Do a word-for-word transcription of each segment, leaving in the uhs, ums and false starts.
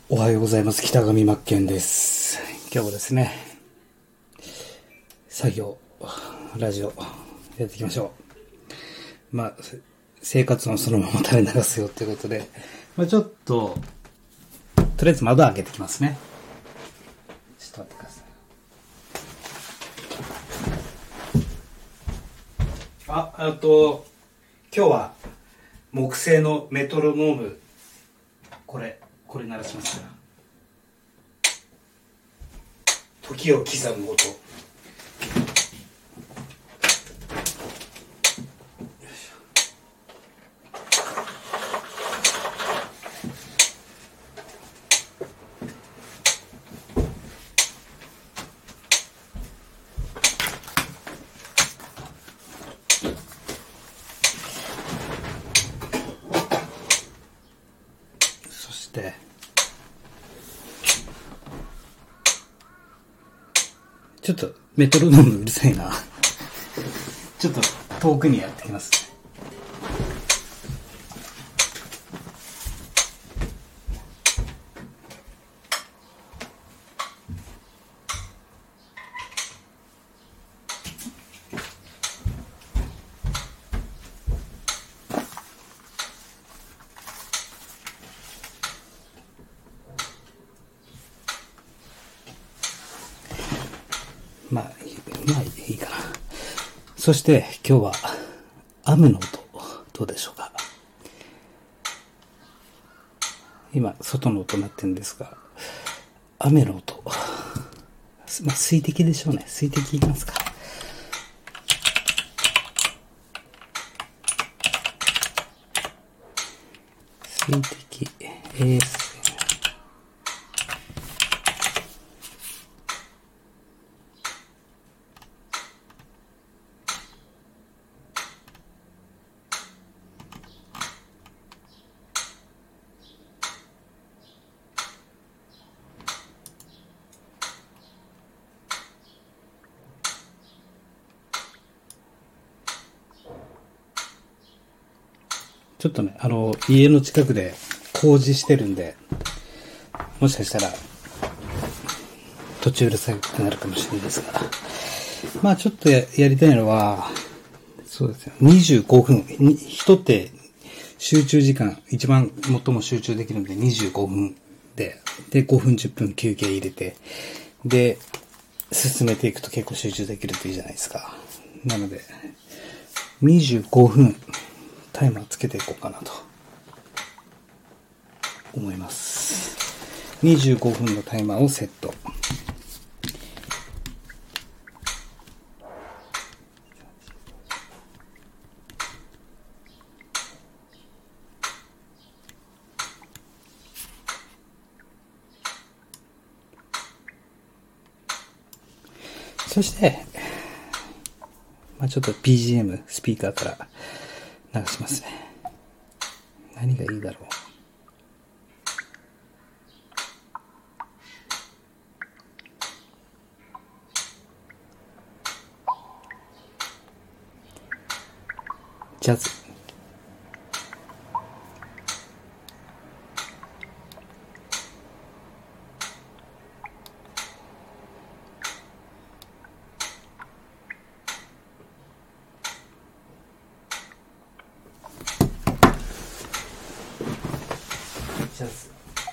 おはようございます。北上真剣です。今日もですね、作業、ラジオ、やっていきましょう。まあ、生活音そのまま垂れ流すよということで、まあちょっと、とりあえず窓開けてきますね。ちょっと待ってください。あ、あと、今日は木製のメトロノーム、これ、これ鳴らしますから。時を刻む音。そしてちょっとメトロノームうるさいな。ちょっと遠くにやってきます。まあ、まあいいかな。そして今日は雨の音、どうでしょうか。今外の音鳴ってるんですが、雨の音、まあ水滴でしょうね。水滴いきますか。水滴、えーちょっとね、あの、家の近くで工事してるんで、もしかしたら、途中うるさくなるかもしれないですが、まあちょっと や, やりたいのは、そうですよ、にじゅうごふん、人って集中時間、一番最も集中できるのでにじゅうごふんで、で、ごふんじゅっぷん休憩入れて、で、進めていくと結構集中できるといいじゃないですか。なので、にじゅうごふん、タイマーつけていこうかなと思います。にじゅうごふんのタイマーをセット。そして、まあちょっと ビージーエム スピーカーから流しますね。何がいいだろう。ジャズ。ジャズ。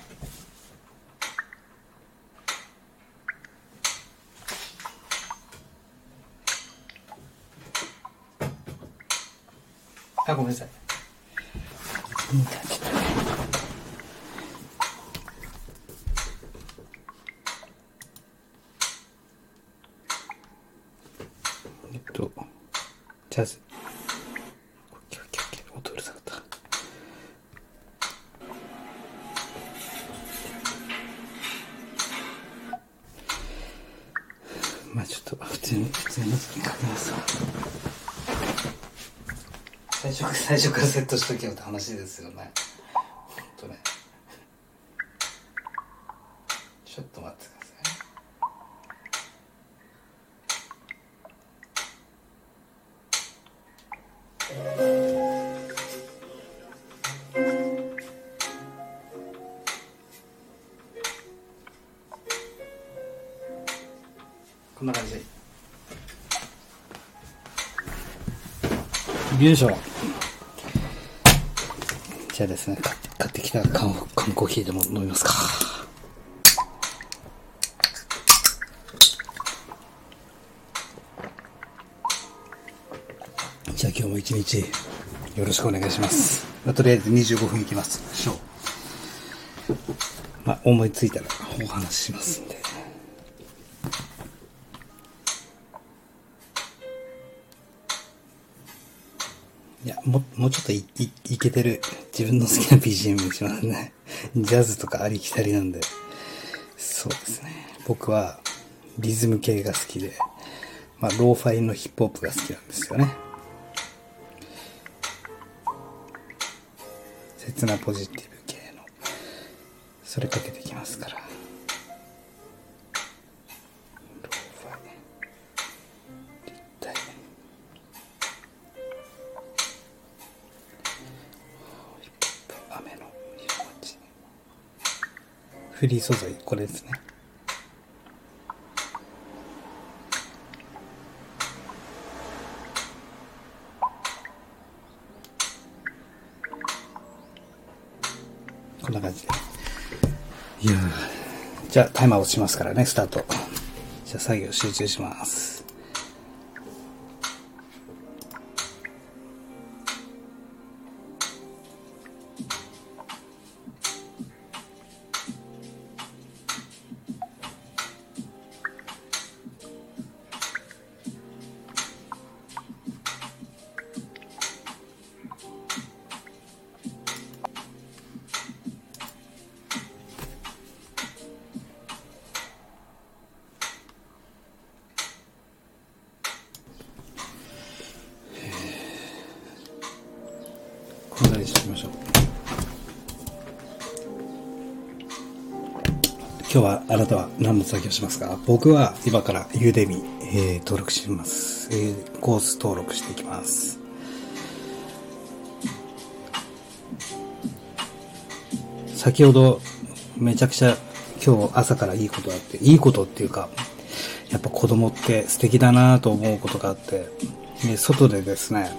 あ、ごめんなさい。えっと、ジャズ。音うるさかった。まあちょっと普通に、普通に書きますわ。最初、最初からセットしとけよって話ですよね。ほんとね。ちょっと待ってください。 こんな感じでよいしょ。じゃあですね、買ってきた缶缶コーヒーでも飲みますか。じゃあ今日も一日よろしくお願いします。まあ、とりあえずにじゅうごふんいきます。しょう。まあ、思いついたらお話ししますんで。いや、も、もうちょっとい、い、いけてる自分の好きな ビージーエム にしますね。ジャズとかありきたりなんで。そうですね。僕はリズム系が好きで、まあ、ローファイのヒップホップが好きなんですよね。切なポジティブ系の。それかけてきますから。ローファイ。立体。雨の色町。フリー素材、これですね。こんな感じで。いやー、じゃあタイマー押しますからね、スタート。じゃあ作業集中します。こんなにしてみましょう。今日はあなたは何の作業しますか？僕は今からユーデミ、えー、登録します、えー。コース登録していきます。先ほどめちゃくちゃ今日朝からいいことあって、いいことっていうか、やっぱ子供って素敵だなと思うことがあって、で外でですね、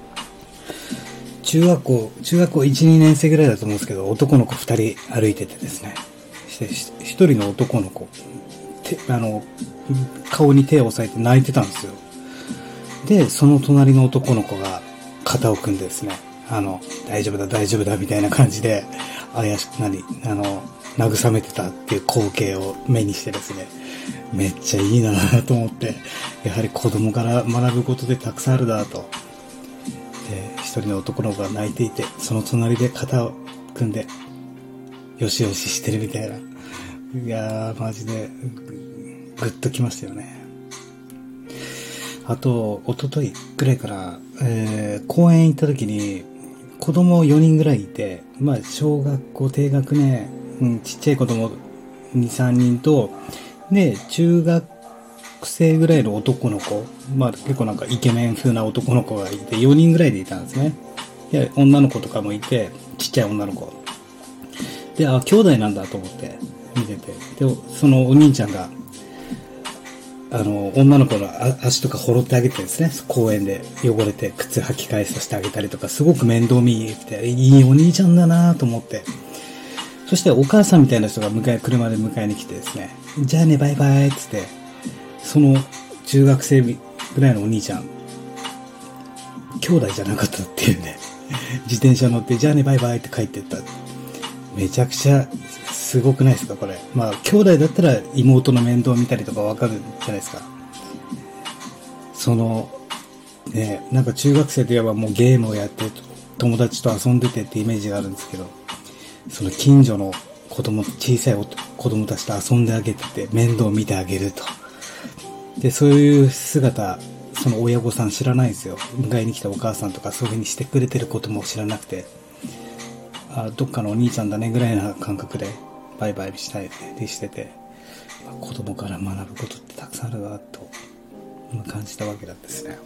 中学校、中学校いち、にねん生ぐらいだと思うんですけど、男の子ふたり歩いててですね、ひとりの男の子、手、あの、顔に手を押さえて泣いてたんですよ。で、その隣の男の子が肩を組んでですね、あの、大丈夫だ、大丈夫だ、みたいな感じで、怪しくなり、あの、慰めてたっていう光景を目にしてですね、めっちゃいいなぁと思って、やはり子供から学ぶことでたくさんあるなぁと。で、一人の男の子が泣いていて、その隣で肩を組んで、よしよししてるみたいな。いやー、マジで、グッときましたよね。あと、一昨日くらいから、えー、公園行った時に、子供よにんぐらいいて、まあ、小学校低学年、うん、ちっちゃい子供に、さんにんと、で、中学生ぐらいの男の子、まあ、結構なんかイケメン風な男の子がいて、よにんぐらいでいたんですね。で、女の子とかもいて、ちっちゃい女の子。で、あ、兄弟なんだと思って見てて、で、そのお兄ちゃんが、あの、女の子の足とかほろってあげてですね、公園で汚れて靴履き替えさせてあげたりとか、すごく面倒見て、いいお兄ちゃんだなと思って。そしてお母さんみたいな人が迎え、車で迎えに来てですね、じゃあね、バイバイって言って、その中学生ぐらいのお兄ちゃん、兄弟じゃなかったっていうね、自転車乗って、じゃあね、バイバイって帰ってった。めちゃくちゃすごくないですかこれ。まあ兄弟だったら妹の面倒見たりとかわかるじゃないですか。そのね、なんか中学生といえばもうゲームをやって友達と遊んでてってイメージがあるんですけど、その近所の子供、小さい子供たちと遊んであげてて面倒見てあげると。で、そういう姿、その親御さん知らないんですよ。迎えに来たお母さんとかそういう風にしてくれてることも知らなくて、あ、どっかのお兄ちゃんだねぐらいな感覚でバイバイしたりしてて、まあ、子供から学ぶことってたくさんあるなと感じたわけなんですね。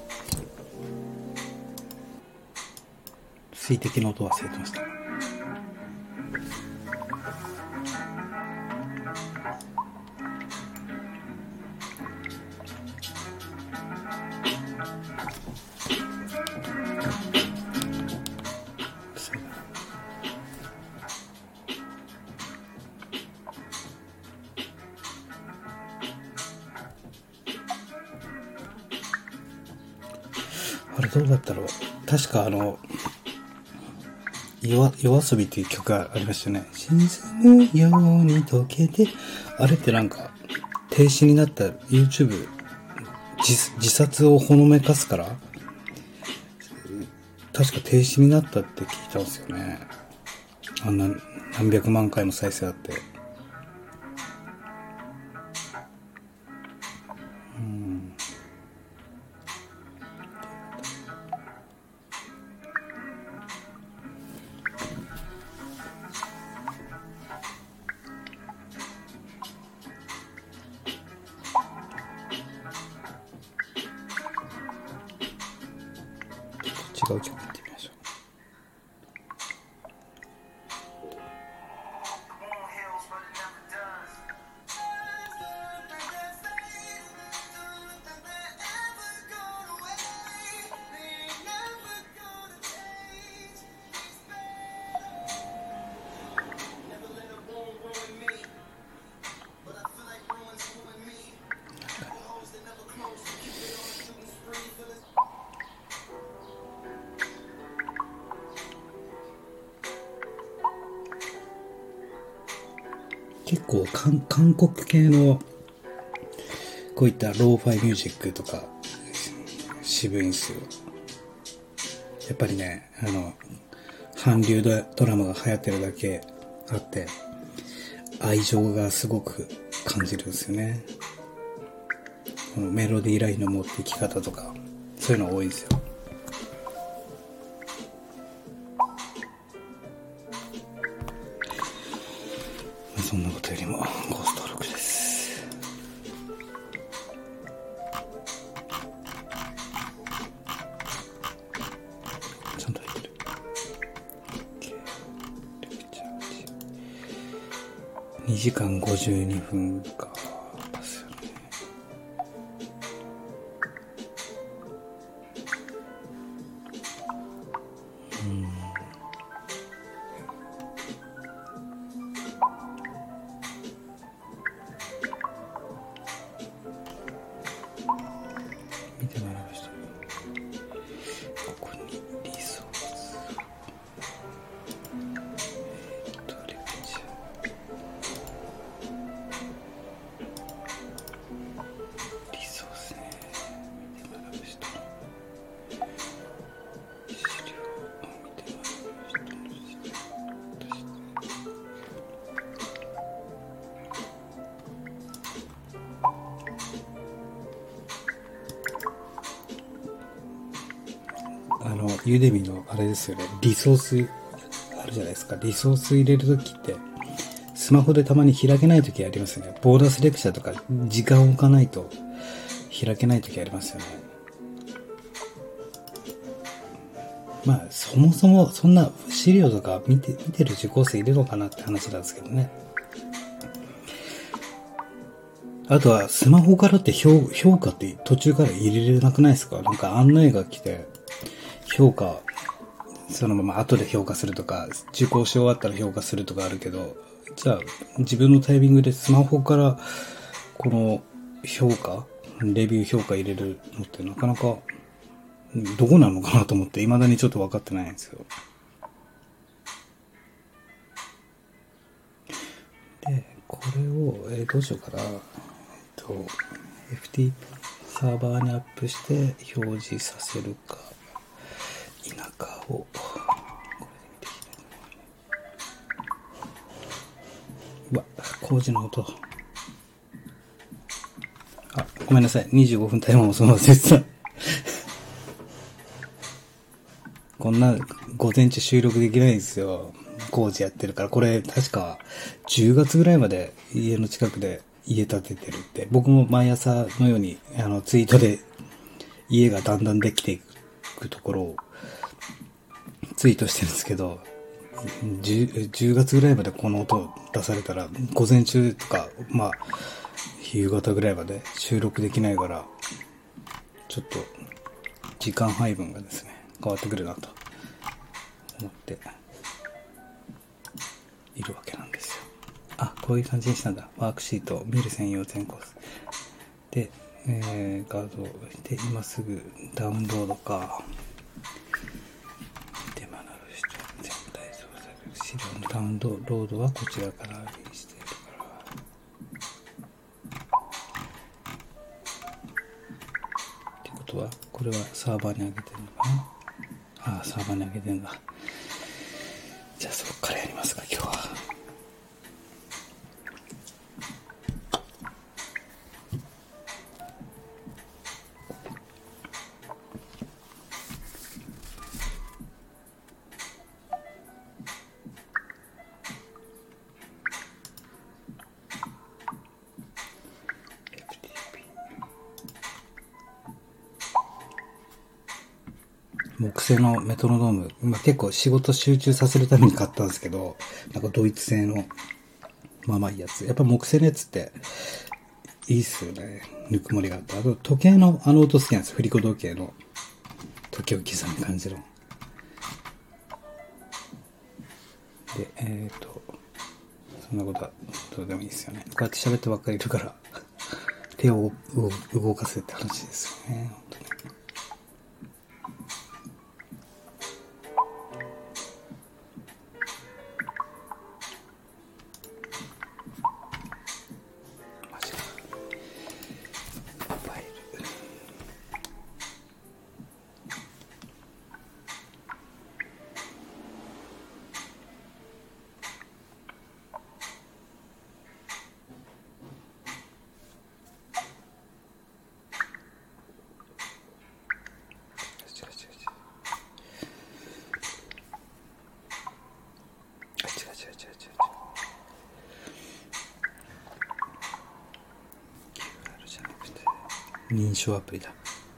水滴の音忘れてました。 あれどうだったろう。確かあの、夜夜遊びっていう曲がありましたよね。沈むように溶けて。あれってなんか、停止になった YouTube、自, 自殺をほのめかすから、確か停止になったって聞いたんですよね。あんな何百万回も再生あって。うん。違う曲見てみましょう。結構韓韓国系のこういったローファイミュージックとか渋いんですよ。やっぱりね、あの韓流ドラマが流行ってるだけあって愛情がすごく感じるんですよね。このメロディーラインの持っていき方とかそういうの多いんですよ。そんなことよりもコース登録です。ちゃんと入ってる。にじかんごじゅうにふんかですよね。うん見てもらいました。ここにリソース、えっとレクチャー、リソースね、見てもらいました。資料を見てもらいました。あのユーデミのあれですよね、リソースあるじゃないですか。リソース入れるときってスマホでたまに開けないときありますよね。ボーナスレクチャーとか時間を置かないと開けないときありますよね。まあそもそもそんな資料とか見て見てる受講生いるのかなって話なんですけどね。あとはスマホからって評評価って途中から入れれなくないですか？なんか案内が来て評価そのまま後で評価するとか受講し終わったら評価するとかあるけど、じゃあ自分のタイミングでスマホからこの評価レビュー評価入れるのってなかなかどこなのかなと思って未だにちょっと分かってないんですよ。でこれを、えー、どうしようかな、えっと エフティーピー サーバーにアップして表示させるか否かをこれで見ていきたいと思います。うわ、工事の音。あ、ごめんなさい。にじゅうごふんタイマーもそのまま切断。こんな午前中収録できないんですよ。工事やってるから。これ確かじゅうがつぐらいまで家の近くで家建ててるって。僕も毎朝のようにあのツイートで家がだんだんできていくところをツイートしてるんですけど、じゅう, じゅうがつぐらいまでこの音出されたら午前中とかまあ夕方ぐらいまで収録できないから、ちょっと時間配分がですね変わってくるなと思っているわけなんですよ。あ、こういう感じにしたんだ。ワークシート見る専用全コースでえー、ガードで今すぐダウンロードか。デマなる全体操作資料のダウンロードはこちらからしているから。ってことは、これはサーバーに上げてるのかな。ああ、サーバーに上げてるんだ。じゃあそこからやりますか、今日は。木製のメトロノーム、まあ、結構仕事集中させるために買ったんですけど、なんかドイツ製の、まあまあいいやつ。やっぱ木製のやつっていいっすよね。ぬくもりがあって。あと時計のあの音好きなんです。振り子時計の時を刻む感じの。で、えっと、そんなことはどうでもいいですよね。こうやって喋ってばっかりいるから、手を動かせって話ですよね。本当に。認証アプリだ。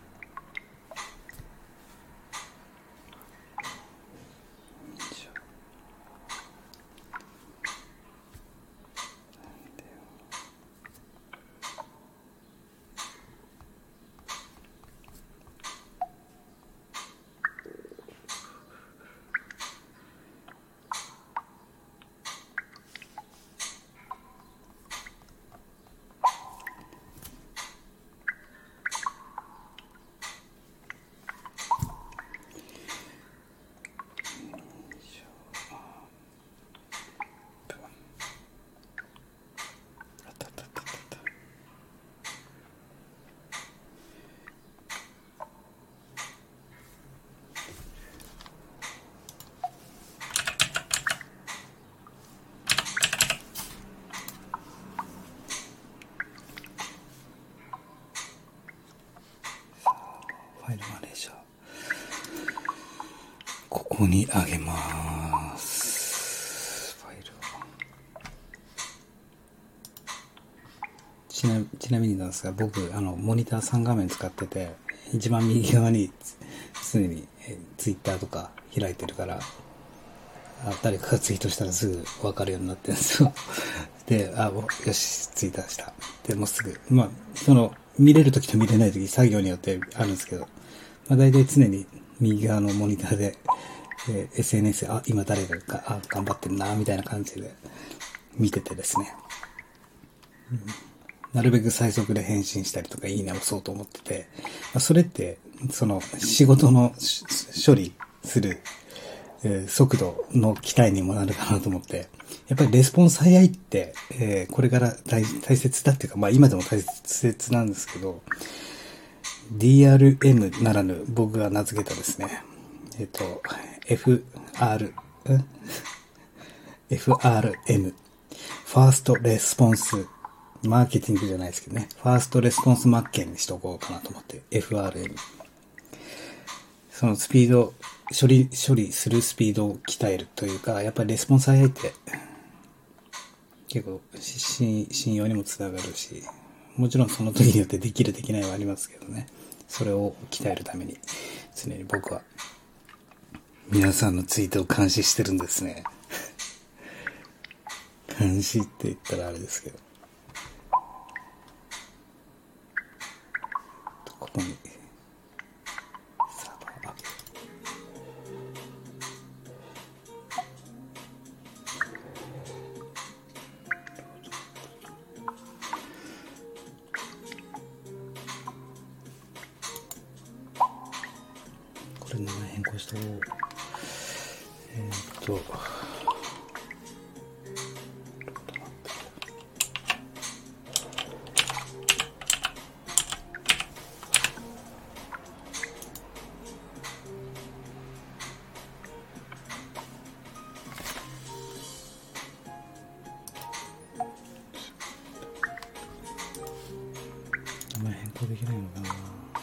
ファイルマネージャー。ここにあげます。ファイルを。ちな、ちなみになんですが、僕、あの、モニターさん画面使ってて、一番右側に常にツイッターとか開いてるから、あ誰かがツイートしたらすぐ分かるようになってるんですよ。で、あ、よし、ツイートした。で、もうすぐ、まあ、その、見れるときと見れないとき、作業によってあるんですけど、まあ大体常に右側のモニターで、えー、エスエヌエス、あ、今誰がか、あ、頑張ってるな、みたいな感じで見ててですね。うん、なるべく最速で返信したりとかいいね押そうと思ってて、まあ、それって、その仕事の処理する、えー、速度の期待にもなるかなと思って、やっぱりレスポンス早いって、えー、これから大、大切だっていうか、まあ今でも大切なんですけど、ディーアールエム ならぬ僕が名付けたですね、えっと、エフアール、エフアールエム、ファーストレスポンス、マーケティングじゃないですけどね、ファーストレスポンスマッケンにしとこうかなと思って、エフアールエム。そのスピード、処理、処理するスピードを鍛えるというか、やっぱりレスポンス早いって、結構、信用にもつながるし、もちろんその時によってできるできないはありますけどね。それを鍛えるために、常に僕は、皆さんのツイートを監視してるんですね。監視って言ったらあれですけど。ここに、サーバー、 ルに名前変更した方えー、っと名前変更できないのかな。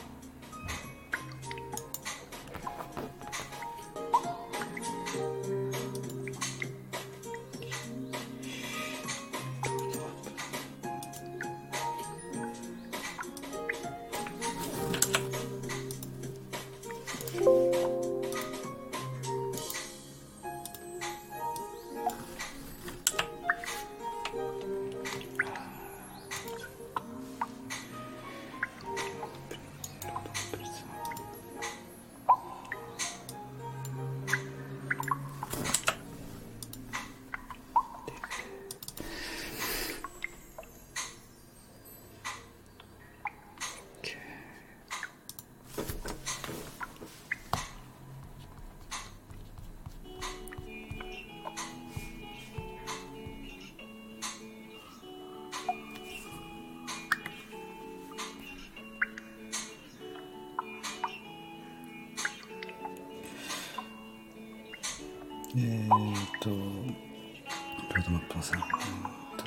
えーっとロードマップのさん、えーっと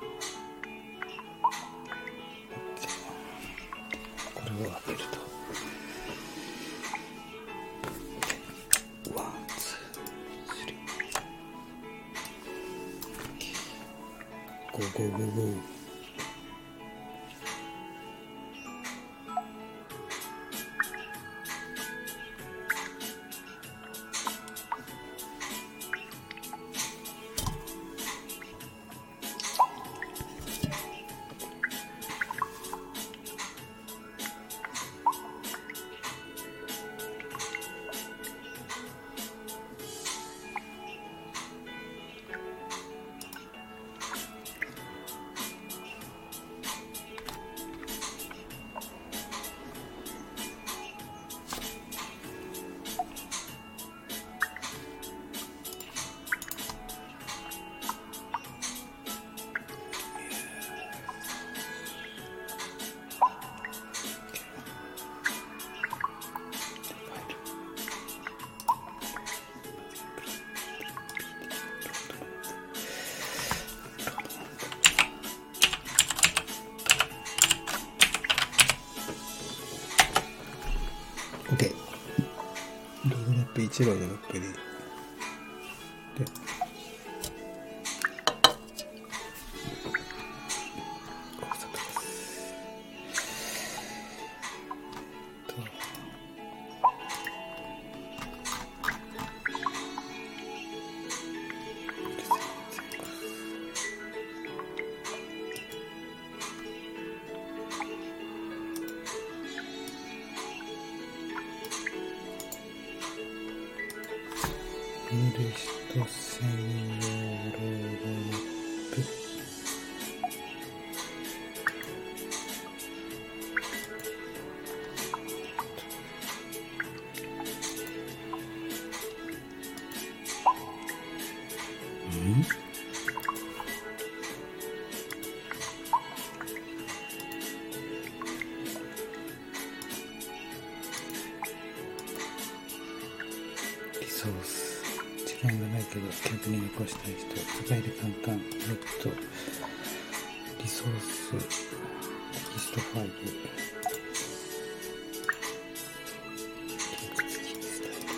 これを開けるとワンツースリーゴーゴーゴーゴー。OK。ロードマップいち、ロードマップに。で、高速です。と、見る人専用ロードマップ。うんリソース時間がないけど逆に残したい人、使える簡単、ネット、リソース、テキストファイル、リンク付きスタイル、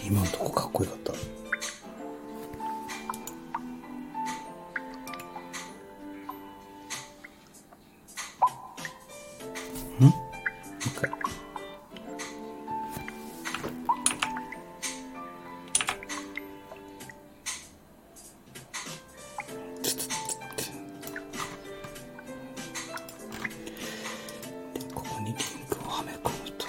今のとこかっこよかった。ん？もう一回。ここにリンクをはめ込むと。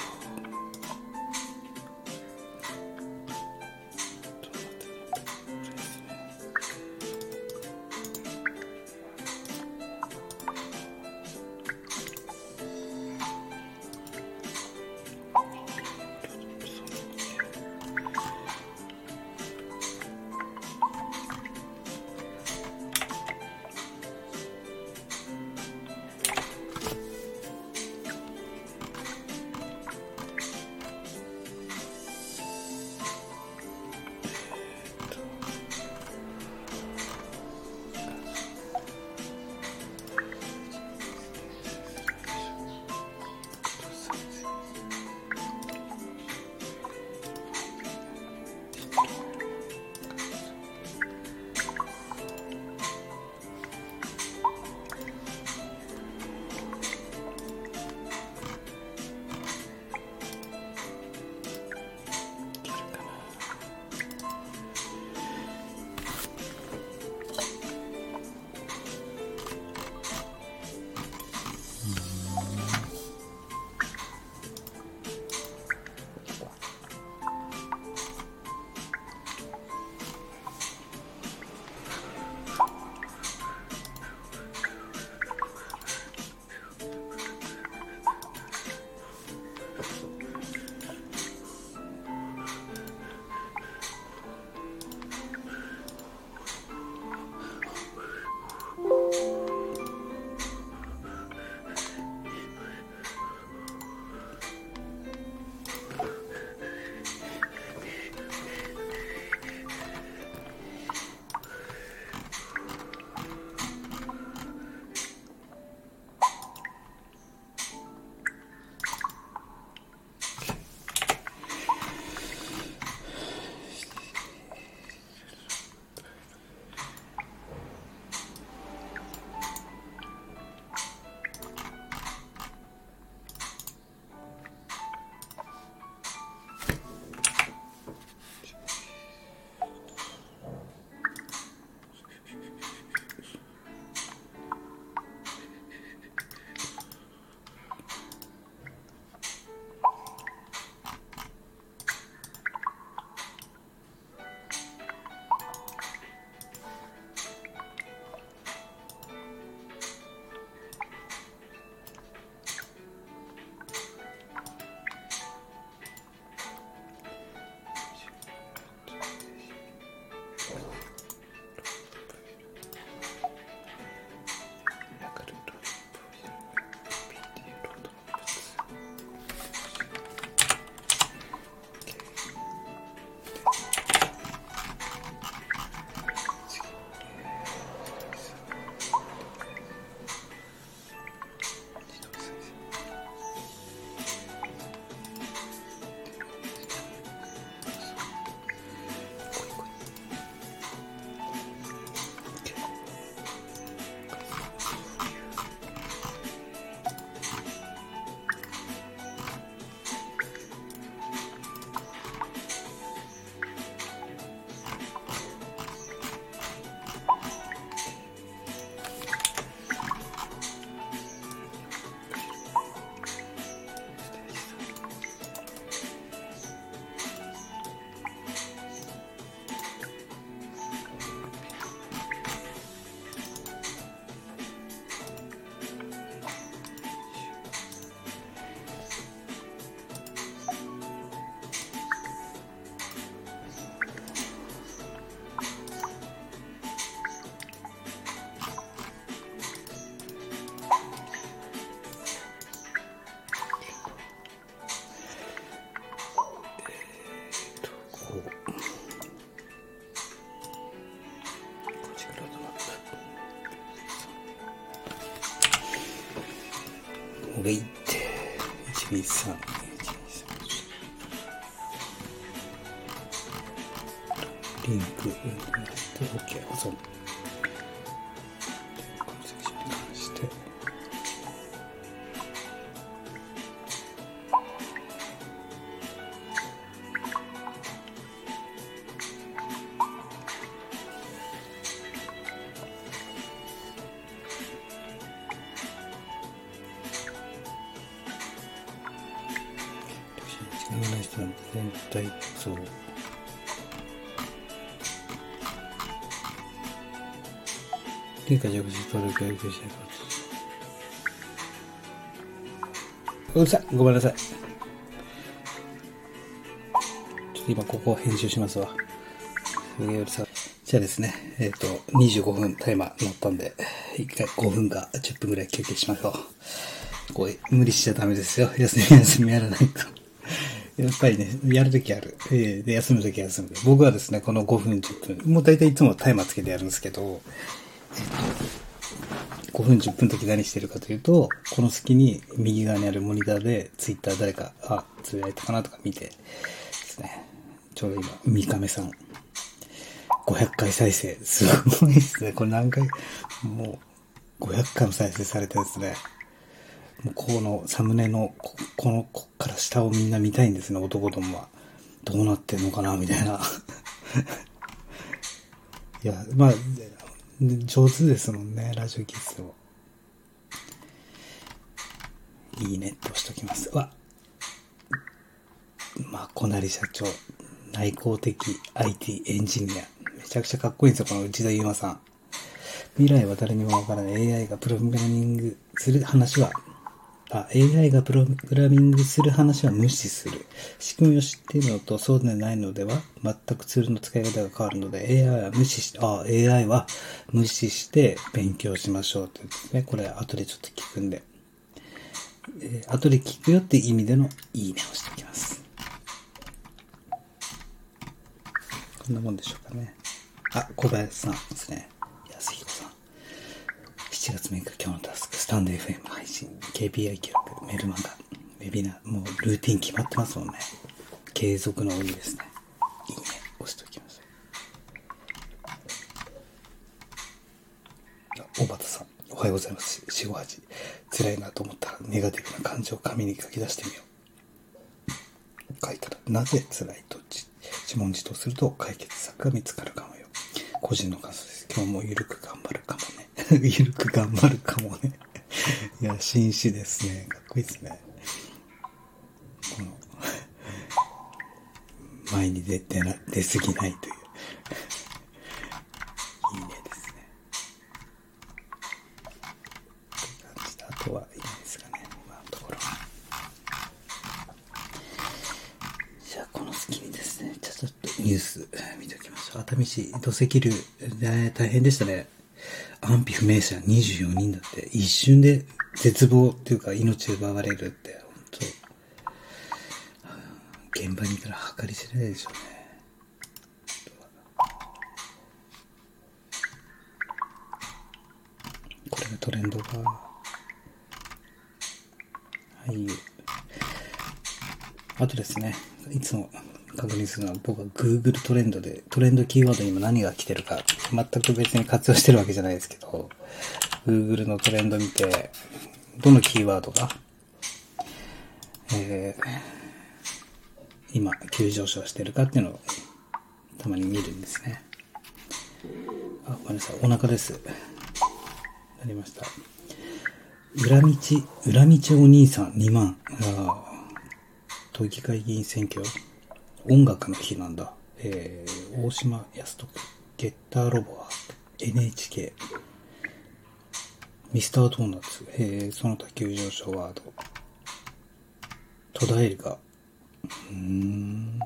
上行って、いち、に、さん、いち、に、さん。 リンク、OK、保存。このセクションに関して。全体像。理科弱視登録やり消しうるさい、ごめんなさい。ちょっと今ここ編集しますわ。すげえうるさい。じゃあですね、えっと、にじゅうごふんタイマー乗ったんで、いっかいごふんかじゅっぷんぐらい休憩しましょう。こう無理しちゃダメですよ。休み休みやらないと。やっぱりね、やるときある。えー、で、休むとき休む。僕はですね、このごふん、じゅっぷん、もう大体いつもタイマーつけてやるんですけど、えっと、ごふん、じゅっぷんのとき何してるかというと、この隙に右側にあるモニターでツイッター誰か、あ、つぶやいたかなとか見てですね、ちょうど今、三亀さん、ごひゃっかい再生。すごいですね。これ何回、もう、ごひゃっかいも再生されてですね、もうこのサムネのこ、この、こっから下をみんな見たいんですね、男どもは。どうなってんのかな、みたいな。いや、まあ、上手ですもんね、ラジオキッズも。いいねって押しときます。わまあ、小成社長、内向的 アイティー エンジニア。めちゃくちゃかっこいいんですよ、この内田祐馬さん。未来は誰にもわからない エーアイ がプログラミングする話は、あ、エーアイ がプログラミングする話は無視する。仕組みを知っているのとそうでないのでは、全くツールの使い方が変わるので、エーアイ は無視して、あ、エーアイ は無視して勉強しましょうというですね。これ後でちょっと聞くんで、えー、後で聞くよっていう意味でのいいねをしておきます。こんなもんでしょうかね。あ、小林さんですね。安彦さん。しちがつむいか今日のタスク、スタンド エフエム 配信、ケーピーアイ 記録、メルマガ、ウェビナー、もうルーティン決まってますもんね。継続の鬼ですね。いいね、押しておきます。あ、小畑さん、おはようございます。よん、ご、はち。辛いなと思ったら、ネガティブな感情を紙に書き出してみよう。書いたら、なぜ辛いと自問自答すると解決策が見つかるかもよ。個人の感想です。今日もゆるく頑張るかもね。ゆるく頑張るかもね。いや、紳士ですね。かっこいいですね。この、前に出てな、出すぎないという。いいねですね。という感じで、あとはいいですかね。今のところ。じゃあ、この隙にですね、じゃあちょっとニュース見ておきましょう。熱海市土石流、ね、大変でしたね。安否不明者にじゅうよにんだって、一瞬で絶望っていうか命を奪われるって、本当現場にいたら計り知れないでしょうね。これがトレンドが、はい。あとですね、いつも確認するのは僕は Google トレンドで、トレンドキーワードに今何が来てるか、全く別に活用してるわけじゃないですけど、Google のトレンド見て、どのキーワードが、えー、今急上昇してるかっていうのをたまに見るんですね。あ、ごめんなさい、お腹です。なりました。裏道、裏道お兄さんにまん。あ、都議会議員選挙。音楽の日なんだ。えー、大島康徳、ゲッターロボは エヌエイチケー、ミスタードーナツ、えー、その他急上昇ワード、戸田恵梨香、うーん、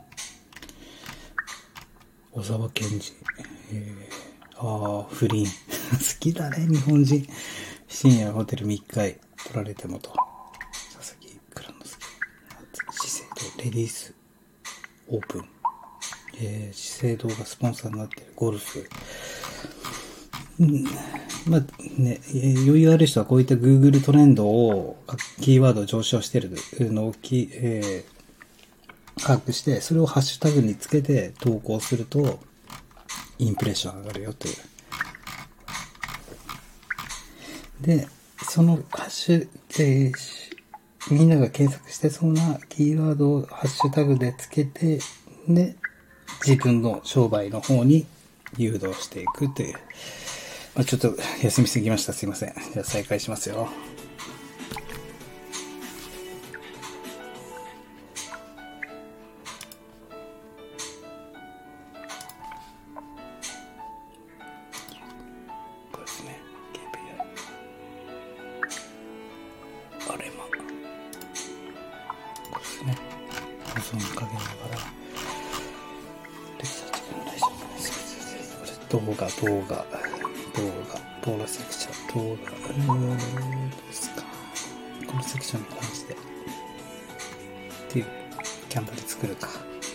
小沢健二、えー、あー、不倫。好きだね、日本人。深夜ホテル密会、取られてもと。佐々木蔵之介、資生堂、レディース、オープン、えー、資生堂がスポンサーになっているゴルフ。うん、まあね、余裕ある人はこういった Google トレンドを、キーワード上昇しているのをき、えー、把握して、それをハッシュタグにつけて投稿すると、 インプレッション上がるよという。で、そのハッシュ、えー、みんなが検索してそうなキーワードをハッシュタグでつけて、で、自分の商売の方に誘導していくという。まあ、ちょっと休みすぎました。すいません。じゃあ再開しますよ。これですね。ケーピーアイ。あれも。これですね。保存かけながら。レサーチがないじゃないですか。動画、動画、動画、動画セクション、動画、うーん、どうですか。このセクションに関して、っていうキャンバで作るか。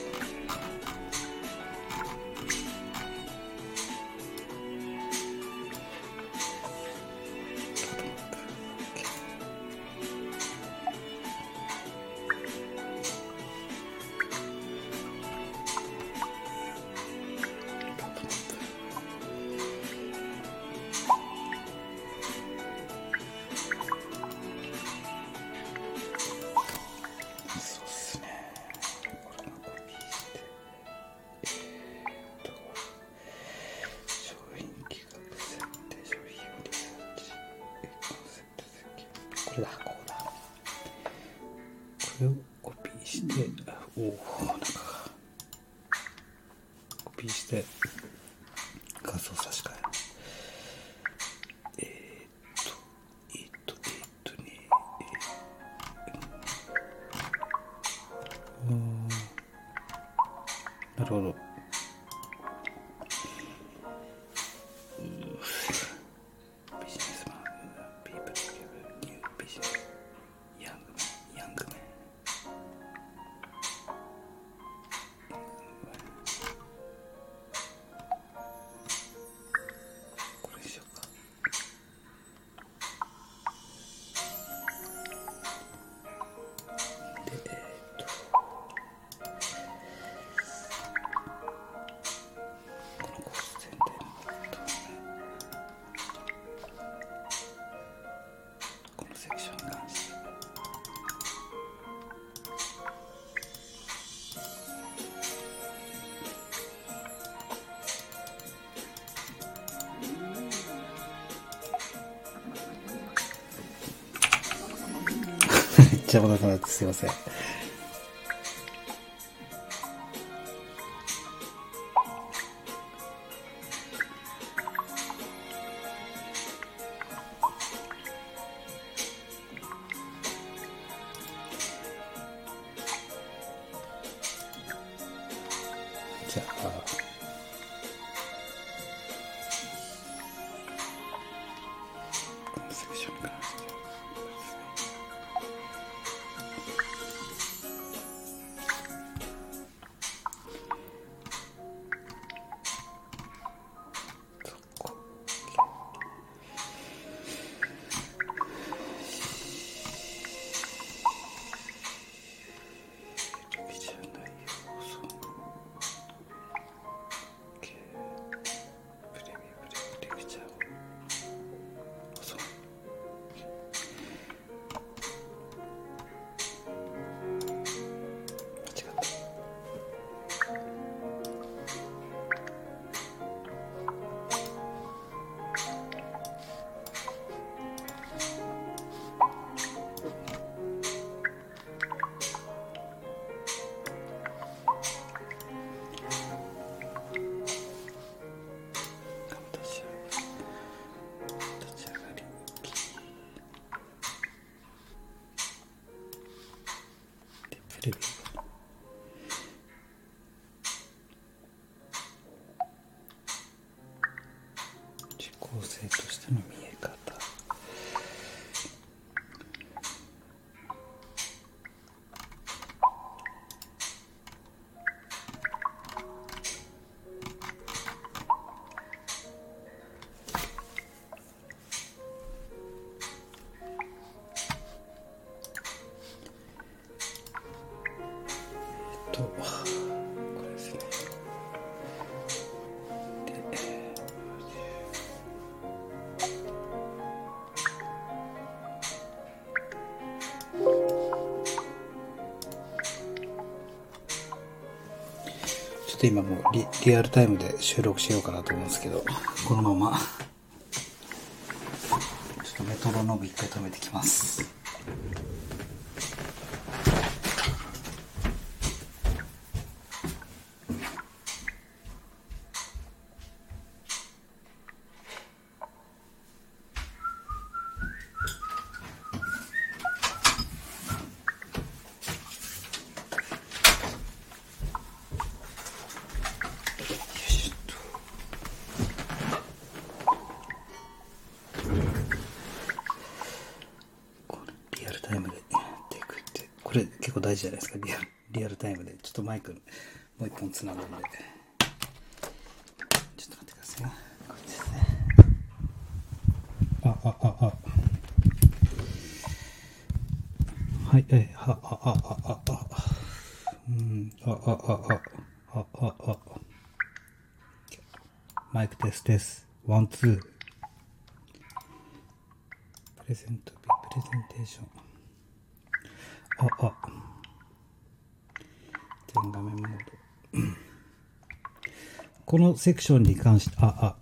これだ、こうだ。これをコピーして、おお、なんかコピーして画像差し替える。えー、っと、えー、っと、えー、っとね、えー、うん、なるほど。めっちゃお腹鳴ってすいません。じゃあこのセクションからレビュー実効性としての見え方。これですね。でちょっと今もう リ, リアルタイムで収録しようかなと思うんですけど、このまま、ちょっとメトロノーム一回止めてきます。これ結構大事じゃないですか、リアル、リアルタイムで。ちょっとマイクもう一本つなぐんで、ちょっと待ってくださいね。こっちですね。ああああはい、えああああああうんあああああああマイクテストです。ワンツー。プレゼントプレゼンテーション。ああ全画面モード。このセクションに関して、あ、あ。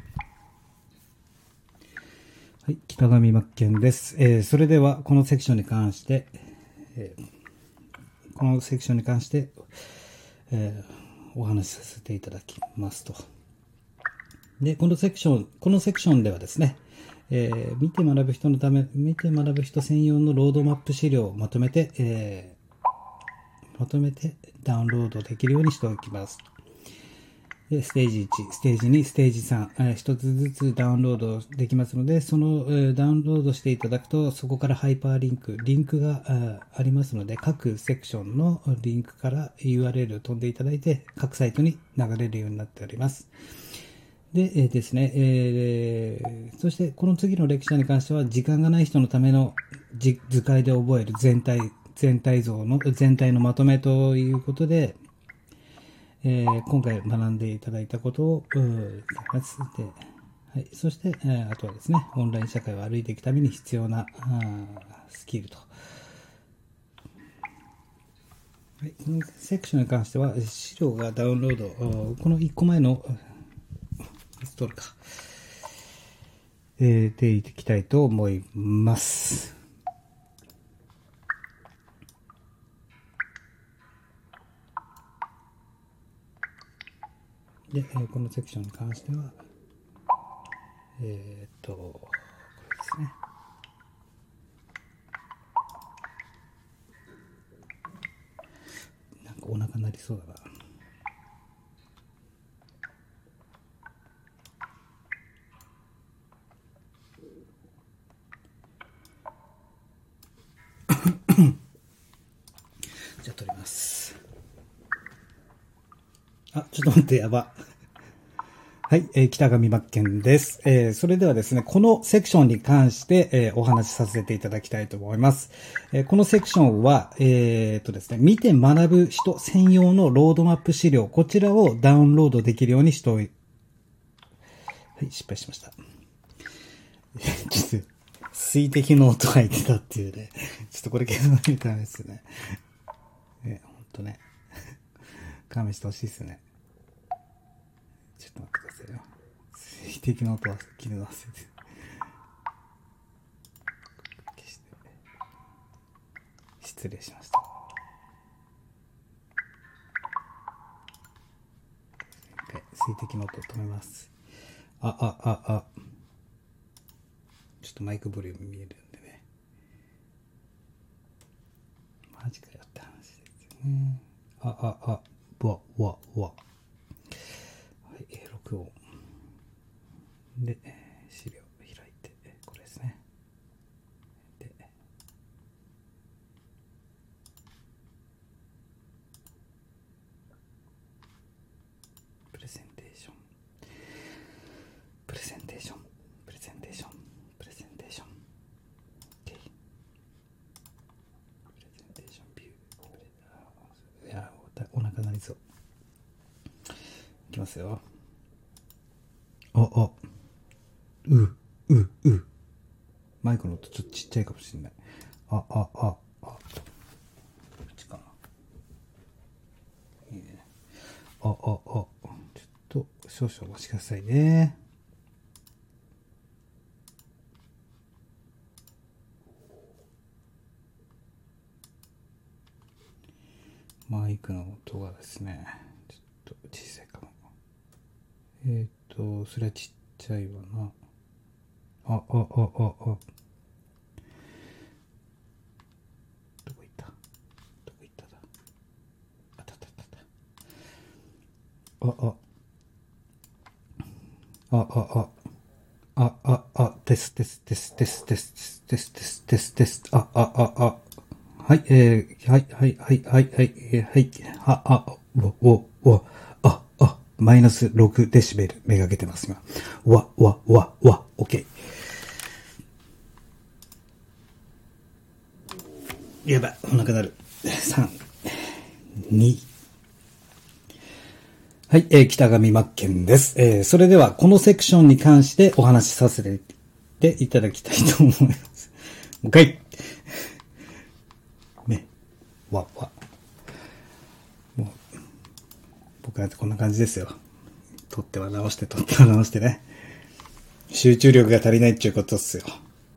はい、北上真剣です。えー、それでは、このセクションに関して、えー、このセクションに関して、えー、お話しさせていただきますと。で、このセクション、このセクションではですね、えー、見て学ぶ人のため、見て学ぶ人専用のロードマップ資料をまとめて、えー、まとめてダウンロードできるようにしておきます。でステージいち、ステージに、ステージさん、えー、一つずつダウンロードできますので、その、えー、ダウンロードしていただくと、そこからハイパーリンク、リンクが あ, ありますので、各セクションのリンクから ユーアールエル を飛んでいただいて、各サイトに流れるようになっております。で、えー、ですね、えー、そしてこの次のレクチャーに関しては、時間がない人のための図解で覚える全体、全体像の、全体のまとめということで、えー、今回学んでいただいたことを、で、はい、そして、えー、あとはですね、オンライン社会を歩いていくために必要なスキルと。はい、このセクションに関しては、資料がダウンロード、このいっこまえのインストールか、えー、でいきたいと思います。で、このセクションに関しては、えー、っと、これですね。なんかお腹鳴りそうだな。じゃあ撮ります。あ、ちょっと待って、やば。はい、えー、北上真剣です。えー、それではですね、このセクションに関して、えー、お話しさせていただきたいと思います。えー、このセクションは、えー、っとですね、見て学ぶ人専用のロードマップ資料、こちらをダウンロードできるようにしておい、はい、失敗しました。ちょっと、水滴の音が入ってたっていうね、ちょっとこれ消さないとダメですね。えー、ほんとね、勘弁してほしいですね。ちょっと待ってくださいよ。水滴の音は切り忘れて。失礼しました。水滴の音を止めます。あ、あ、あ、あ。ちょっとマイクボリューム見えるんでね。マジかよって話ですよね。あ、あ、あ、わ、わ、わ。はい、録音。で、資料開いて、これですね。で、プレゼンテーション。プレゼンテーション。プレゼンテーション。プレゼンテーション。OK。プレゼンテーションビュー。いや、お腹鳴りそう。いきますよ。あ、あ。う、う、う。マイクの音ちょっとちっちゃいかもしれない。あ、あ、あ、あ。こっちかな。いいね。 あ、あ、あ、ちょっと少々お待ちくださいね。マイクの音がですね、ちょっと小さいかも。えっと、それはちっちゃいわな。あ、あ、あ、あ、あ。どこ行ったどこ行っただあたたたた。あ、あ、あ、あ、あ。あ、あ、あ、テス、テス、テス、テス、テス、テス、テス、テス、テス、あ、あ、あ、あ。はい、えー、はい、はい、はい、はい、はい、えーはい、は、あ、わ、わ、わ、あ、あ、マイナスろくデシベル、めがけてます、今。わ、わ、わ、わ、オッケー。やばい、お腹なる。さん、に、はい、えー、北上真剣です。えー、それでは、このセクションに関してお話しさせていただきたいと思います。もう一回。ね。わ、わ。もう、僕なんてこんな感じですよ。取っては直して、取っては直してね。集中力が足りないっていうことっすよ。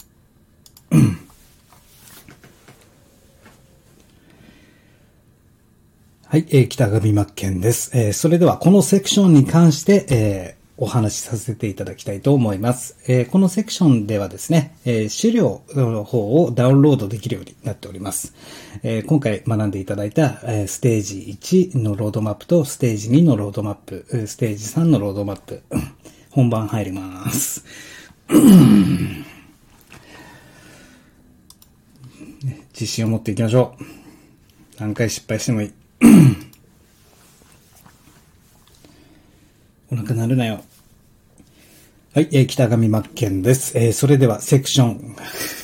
はい、えー、北上真剣です。えー、それでは、このセクションに関して、えー、お話しさせていただきたいと思います。えー、このセクションではですね、えー、資料の方をダウンロードできるようになっております。えー、今回学んでいただいた、えー、ステージいちのロードマップとステージにのロードマップ、ステージさんのロードマップ、本番入ります。自信を持っていきましょう。何回失敗してもいい。お腹鳴るなよ。はい、えー、北上真剣です。えー、それではセクション。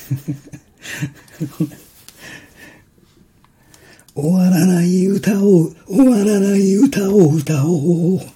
終わらない歌を、終わらない歌を歌おう。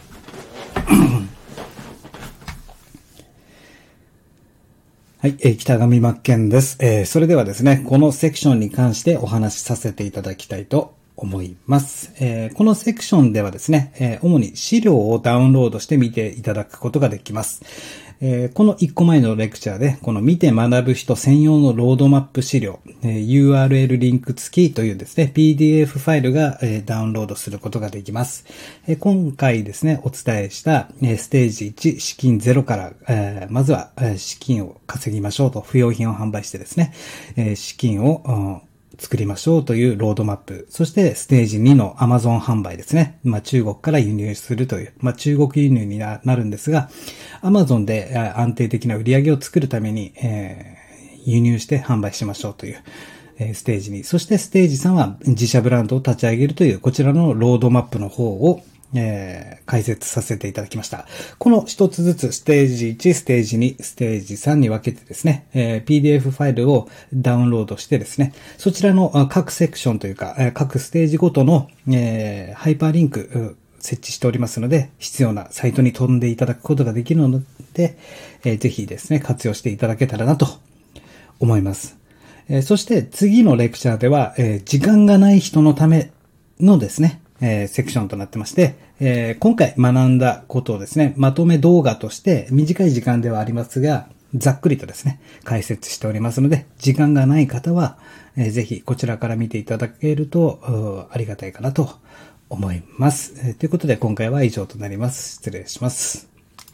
はい、えー、北上真剣です。えー、それではですね、このセクションに関してお話しさせていただきたいと思います。えー、このセクションではですね、えー、主に資料をダウンロードして見ていただくことができます。えー、このいっこまえのレクチャーで、この見て学ぶ人専用のロードマップ資料、えー、ユーアールエル リンク付きというですね、ピーディーエフ ファイルが、えー、ダウンロードすることができます。えー、今回ですね、お伝えした、えー、ステージいち、資金ゼロから、えー、まずは、えー、資金を稼ぎましょうと、不要品を販売してですね、えー、資金を、作りましょうというロードマップ。そしてステージにの Amazon 販売ですね。まあ中国から輸入するという、まあ中国輸入になるんですが、Amazon で安定的な売り上げを作るために、えー、輸入して販売しましょうという、えー、ステージに。そしてステージさんは自社ブランドを立ち上げるというこちらのロードマップの方をえー、解説させていただきました。この一つずつステージいち、ステージに、ステージさんに分けてですね、えー、ピーディーエフ ファイルをダウンロードしてですね、そちらの各セクションというか、各ステージごとの、えー、ハイパーリンク設置しておりますので、必要なサイトに飛んでいただくことができるので、えー、ぜひですね、活用していただけたらなと思います。えー、そして次のレクチャーでは、えー、時間がない人のためのですね、えー、セクションとなってまして、えー、今回学んだことをですね、まとめ動画として短い時間ではありますが、ざっくりとですね、解説しておりますので、時間がない方は、えー、ぜひこちらから見ていただけるとありがたいかなと思います。えー、ということで今回は以上となります。失礼します。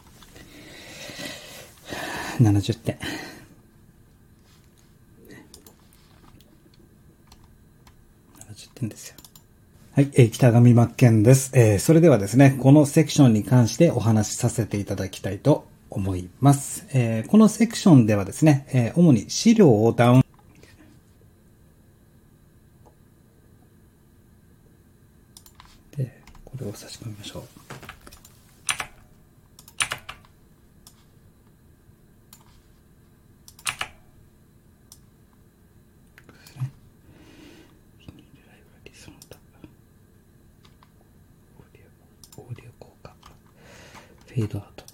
ななじゅってん。ななじゅってんですよ。はい、えー、北上真剣です。えー、それではですね、このセクションに関してお話しさせていただきたいと思います。えー、このセクションではですね、えー、主に資料をダウンで、これを差し込みましょう。オーディオ効果、フェードアウト。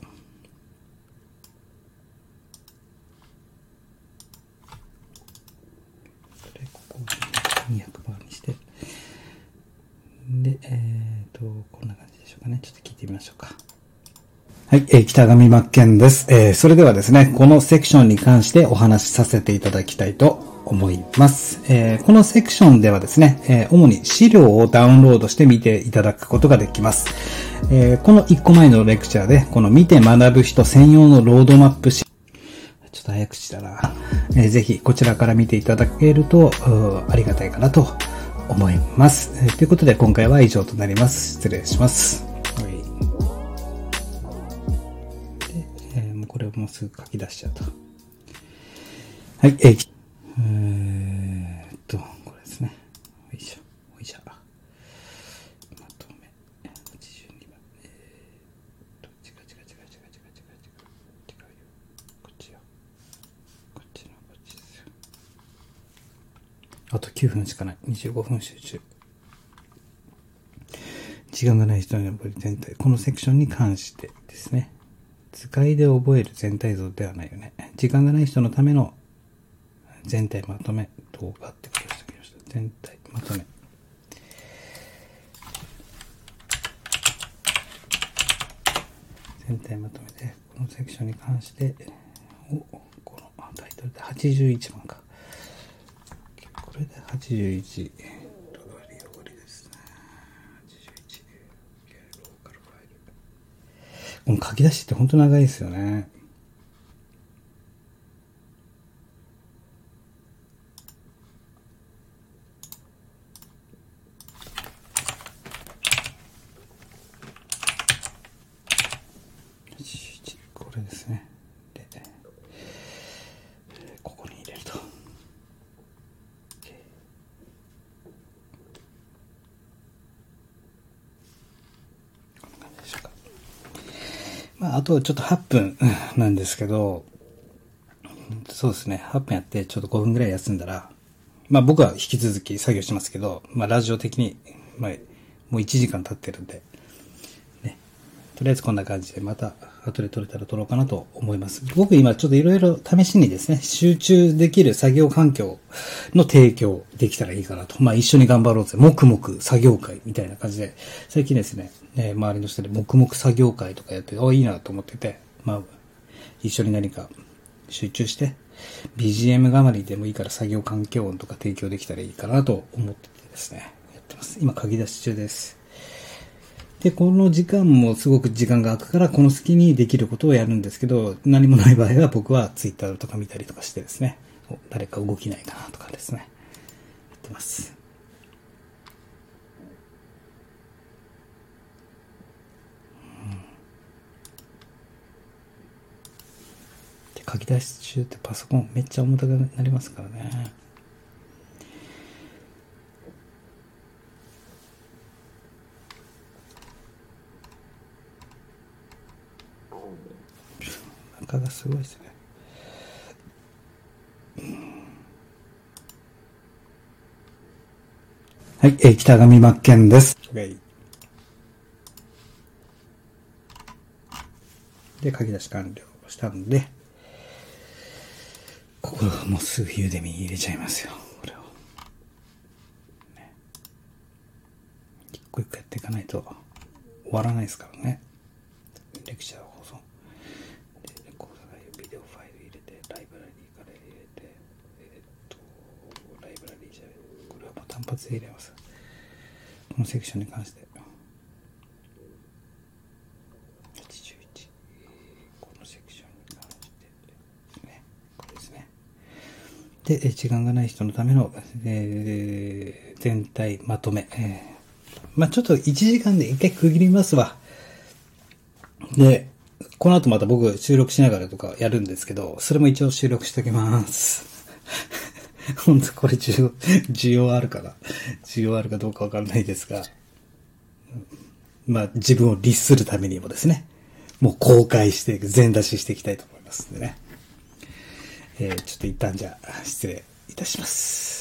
ここをにひゃくパーセントにして、で、えっと、ここんな感じでしょうかね。ちょっと聞いてみましょうか。はい、えー、北上真剣です。えー、それではですね、このセクションに関してお話しさせていただきたいと思います。えー、このセクションではですね、えー、主に資料をダウンロードして見ていただくことができます。えー、このいっこまえのレクチャーで、この見て学ぶ人専用のロードマップし、ちょっと早口だな。えー、ぜひこちらから見ていただけるとありがたいかなと思います。えー、ということで今回は以上となります。失礼します。これをもうすぐ書き出しちゃうと。はい、えー、えーっと、これですね。よいしょ、よいしょ。まとめ、はちじゅうにばん。えーっと、違う違う違う違う違う違う違う違う。違うよ。こっちよ。こっちの、こっちですよ。あときゅうふんしかない。にじゅうごふん集中。時間がない人のやっぱり全体、このセクションに関してですね。使いで覚える全体像ではないよね。時間がない人のための全体まとめ動画ってことしてきました。全体まとめ。全体まとめで、このセクションに関して、おこのタイトルではちじゅういちばんか。これではちじゅういち。この書き出しって本当長いですよね。これですね。で、ここに入れると。こんな感じでしょうか。まあ、あとちょっとはっぷんなんですけど、そうですね、はっぷんやってちょっとごふんぐらい休んだら、まあ僕は引き続き作業してますけど、まあラジオ的に、まあもういちじかん経ってるんで、ね、とりあえずこんな感じでまた後で撮れたら撮ろうかなと思います。僕今ちょっといろいろ試しにですね、集中できる作業環境の提供できたらいいかなと。まあ一緒に頑張ろうぜ。黙々作業会みたいな感じで、最近ですね、ね周りの人で黙々作業会とかやって、あ、いいなと思ってて、まあ一緒に何か集中して、ビージーエム 代わりでもいいから作業環境音とか提供できたらいいかなと思っててですね、やってます。今書き出し中です。で、この時間もすごく時間が空くから、この隙にできることをやるんですけど、何もない場合は僕はツイッターとか見たりとかしてですね、誰か動きないかなとかですね、やってます。で、書き出し中ってパソコンめっちゃ重たくなりますからね。中がすごいですね。はい、えー、北上真剣です。で、書き出し完了したんで、ここもうすぐユーデミに入れちゃいますよ。これを。ね、一個一個やっていかないと終わらないですからね。レクチャー放送。で、レコードがビデオファイル入れて、ライブラリーから入れて、えっと、ライブラリーじゃない。これはもう単発で入れます。このセクションに関して。はちじゅういち。このセクションに関してですね。これですね。で、時間がない人のための、えー、全体まとめ。えー、まあちょっといちじかんで一回区切りますわ。で、この後また僕収録しながらとかやるんですけど、それも一応収録しておきます。本当これ需要、需要あるかな需要あるかどうかわからないですが、まあ自分を律するためにもですね、もう公開して全出ししていきたいと思いますんでね。えー、ちょっと一旦じゃあ失礼いたします。